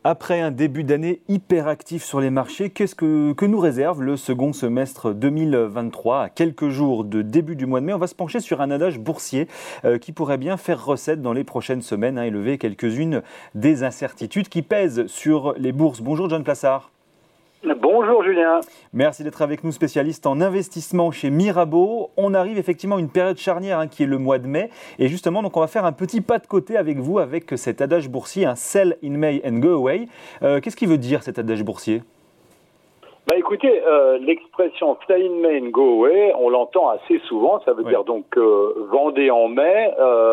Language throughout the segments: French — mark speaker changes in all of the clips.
Speaker 1: Après un début d'année hyper actif sur les marchés, qu'est-ce que nous réserve le second semestre 2023 ? À quelques jours de début du mois de mai, on va se pencher sur un adage boursier qui pourrait bien faire recette dans les prochaines semaines et lever quelques-unes des incertitudes qui pèsent sur les bourses. Bonjour John Plassard.
Speaker 2: Bonjour Julien.
Speaker 1: Merci d'être avec nous, spécialiste en investissement chez Mirabeau. On arrive effectivement à une période charnière qui est le mois de mai. Et justement, donc on va faire un petit pas de côté avec vous avec cet adage boursier, un sell in May and go away. Qu'est-ce qui veut dire cet adage boursier ?
Speaker 2: Écoutez, l'expression sell in May and go away, on l'entend assez souvent. Ça veut dire donc vendez en mai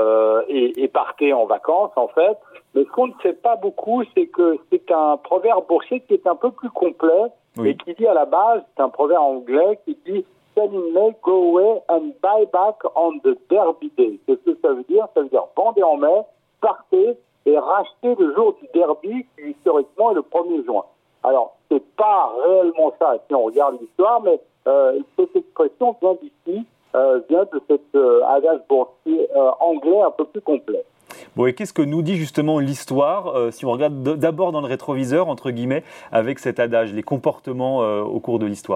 Speaker 2: et partez en vacances en fait. Mais ce qu'on ne sait pas beaucoup, c'est que c'est un proverbe boursier qui est un peu plus complet et qui dit à la base, c'est un proverbe anglais qui dit « Sell in May, go away and buy back on the Derby Day ». Qu'est-ce que ça veut dire ? Ça veut dire vendez en mai, partez et rachetez le jour du Derby qui historiquement est le 1er juin. Alors, c'est pas réellement ça si on regarde l'histoire, mais cette expression vient d'ici, vient de cet adage boursier anglais un peu plus complet.
Speaker 1: Bon, et qu'est-ce que nous dit justement l'histoire, si on regarde d'abord dans le rétroviseur, entre guillemets, avec cet adage, les comportements au cours de l'histoire ?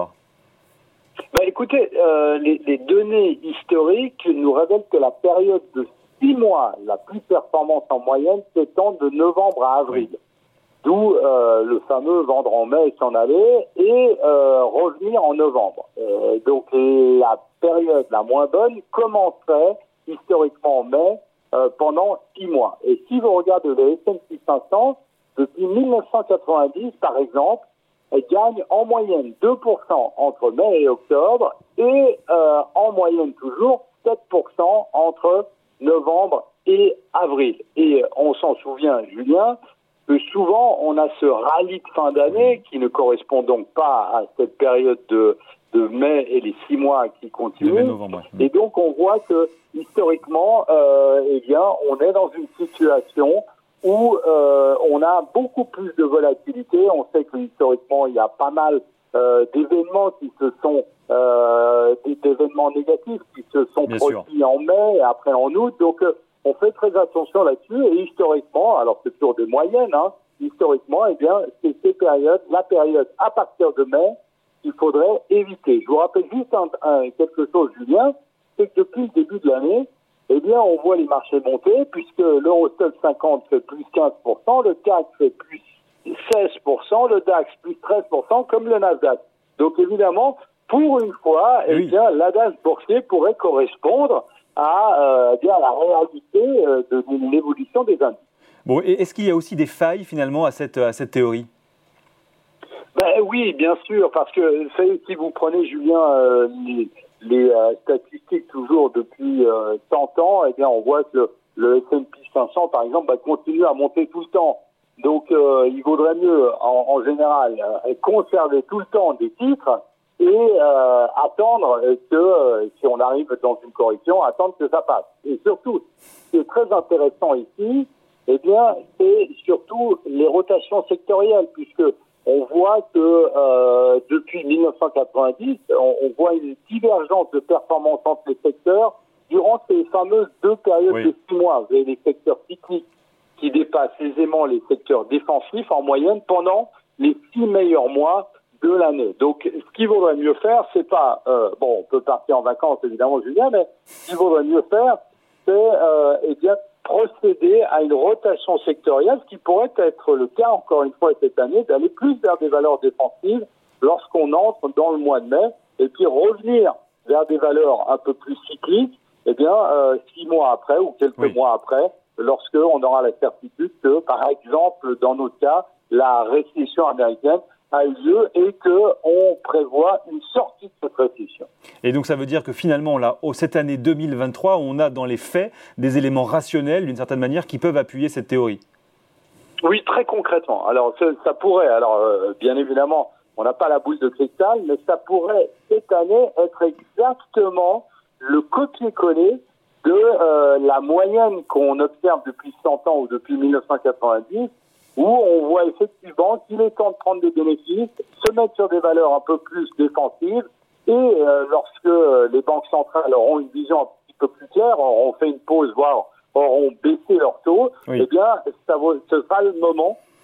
Speaker 2: Écoutez, les données historiques nous révèlent que la période de 6 mois, la plus performante en moyenne, s'étend de novembre à avril. D'où le fameux vendre en mai et s'en aller et revenir en novembre. Donc la période la moins bonne commencerait historiquement en mai, pendant 6 mois. Et si vous regardez le S&P 500, depuis 1990, par exemple, elle gagne en moyenne 2% entre mai et octobre et en moyenne toujours 7% entre novembre et avril. Et on s'en souvient, Julien, que souvent on a ce rallye de fin d'année qui ne correspond donc pas à cette période de mai et les 6 mois qui continuent. Et donc on voit que historiquement, on est dans une situation où on a beaucoup plus de volatilité. On sait que historiquement, il y a pas mal d'événements qui se sont d'événements négatifs qui se sont produits en mai et après en août. Donc on fait très attention là-dessus. Et historiquement, alors c'est toujours des moyennes, historiquement, c'est ces périodes, la période à partir de mai, qu'il faudrait éviter. Je vous rappelle juste quelque chose, Julien, c'est que depuis le début de l'année, on voit les marchés monter, puisque l'Eurostoxx 50 fait plus 15%, le CAC fait plus 16%, le DAX plus 13%, comme le Nasdaq. Donc évidemment, pour une fois, l'adage boursier pourrait correspondre à la réalité de l'évolution des indices.
Speaker 1: Bon, et est-ce qu'il y a aussi des failles finalement à cette théorie ?
Speaker 2: Oui, bien sûr, parce que si vous prenez, Julien, les statistiques toujours depuis 100 ans, on voit que le S&P 500, par exemple, continue à monter tout le temps. Donc, il vaudrait mieux, en général, conserver tout le temps des titres et attendre que, si on arrive dans une correction, attendre que ça passe. Et surtout, ce qui est très intéressant ici, c'est surtout les rotations sectorielles, puisque on voit que depuis 1990, on voit une divergence de performance entre les secteurs durant ces fameuses 2 périodes de 6 mois. Vous avez les secteurs cycliques qui dépassent aisément les secteurs défensifs en moyenne pendant les 6 meilleurs mois de l'année. Donc, ce qu'il vaudrait mieux faire, c'est pas... on peut partir en vacances, évidemment, Julien, mais ce qu'il vaudrait mieux faire, c'est procéder à une rotation sectorielle, ce qui pourrait être le cas, encore une fois, cette année, d'aller plus vers des valeurs défensives lorsqu'on entre dans le mois de mai, et puis revenir vers des valeurs un peu plus cycliques, 6 mois après ou quelques mois après, lorsqu'on aura la certitude que, par exemple, dans notre cas, la récession américaine a eu lieu et qu'on prévoit une sortie de cette récession.
Speaker 1: Et donc ça veut dire que finalement, là, cette année 2023, on a dans les faits des éléments rationnels, d'une certaine manière, qui peuvent appuyer cette théorie.
Speaker 2: Oui, très concrètement. Alors ça pourrait, bien évidemment, on n'a pas la boule de cristal, mais ça pourrait cette année être exactement le copier-coller de la moyenne qu'on observe depuis 100 ans ou depuis 1990, où on voit effectivement qu'il est temps de prendre des bénéfices, se mettre sur des valeurs un peu plus défensive. Et lorsque les banques centrales auront une vision un petit peu plus claire, auront fait une pause, voire auront baissé leur taux,
Speaker 1: oui.
Speaker 2: eh bien, ce sera le moment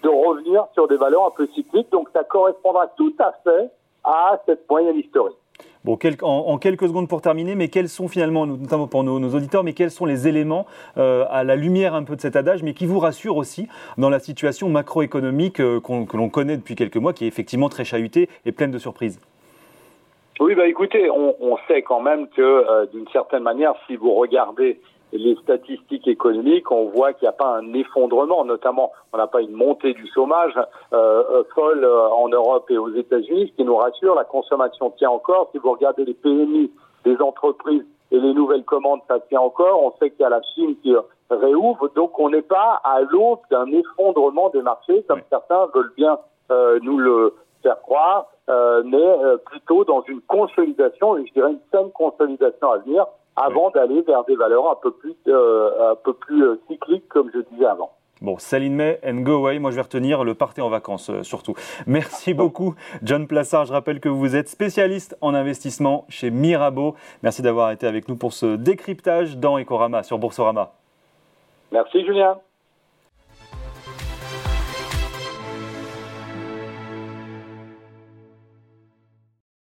Speaker 2: de revenir sur des valeurs un peu cycliques. Donc ça correspondra tout à fait à cette moyenne historique.
Speaker 1: Bon, en quelques secondes pour terminer, mais quels sont finalement, notamment pour nos auditeurs, mais quels sont les éléments à la lumière un peu de cet adage, mais qui vous rassurent aussi dans la situation macroéconomique que l'on connaît depuis quelques mois, qui est effectivement très chahutée et pleine de surprises?
Speaker 2: Oui, écoutez, on sait quand même que d'une certaine manière, si vous regardez les statistiques économiques, on voit qu'il n'y a pas un effondrement, notamment on n'a pas une montée du chômage folle en Europe et aux États-Unis, ce qui nous rassure. La consommation tient encore. Si vous regardez les PMI des entreprises et les nouvelles commandes, ça tient encore. On sait qu'il y a la Chine qui réouvre, donc on n'est pas à l'aube d'un effondrement des marchés, comme certains veulent bien nous le faire croire, mais plutôt dans une consolidation, et je dirais une saine consolidation à venir, avant d'aller vers des valeurs un peu plus cycliques, comme je disais avant.
Speaker 1: Bon, sell in May and go away. Moi, je vais retenir le partez en vacances, surtout. Merci beaucoup, John Plassard. Je rappelle que vous êtes spécialiste en investissement chez Mirabeau. Merci d'avoir été avec nous pour ce décryptage dans Ecorama, sur Boursorama.
Speaker 2: Merci, Julien.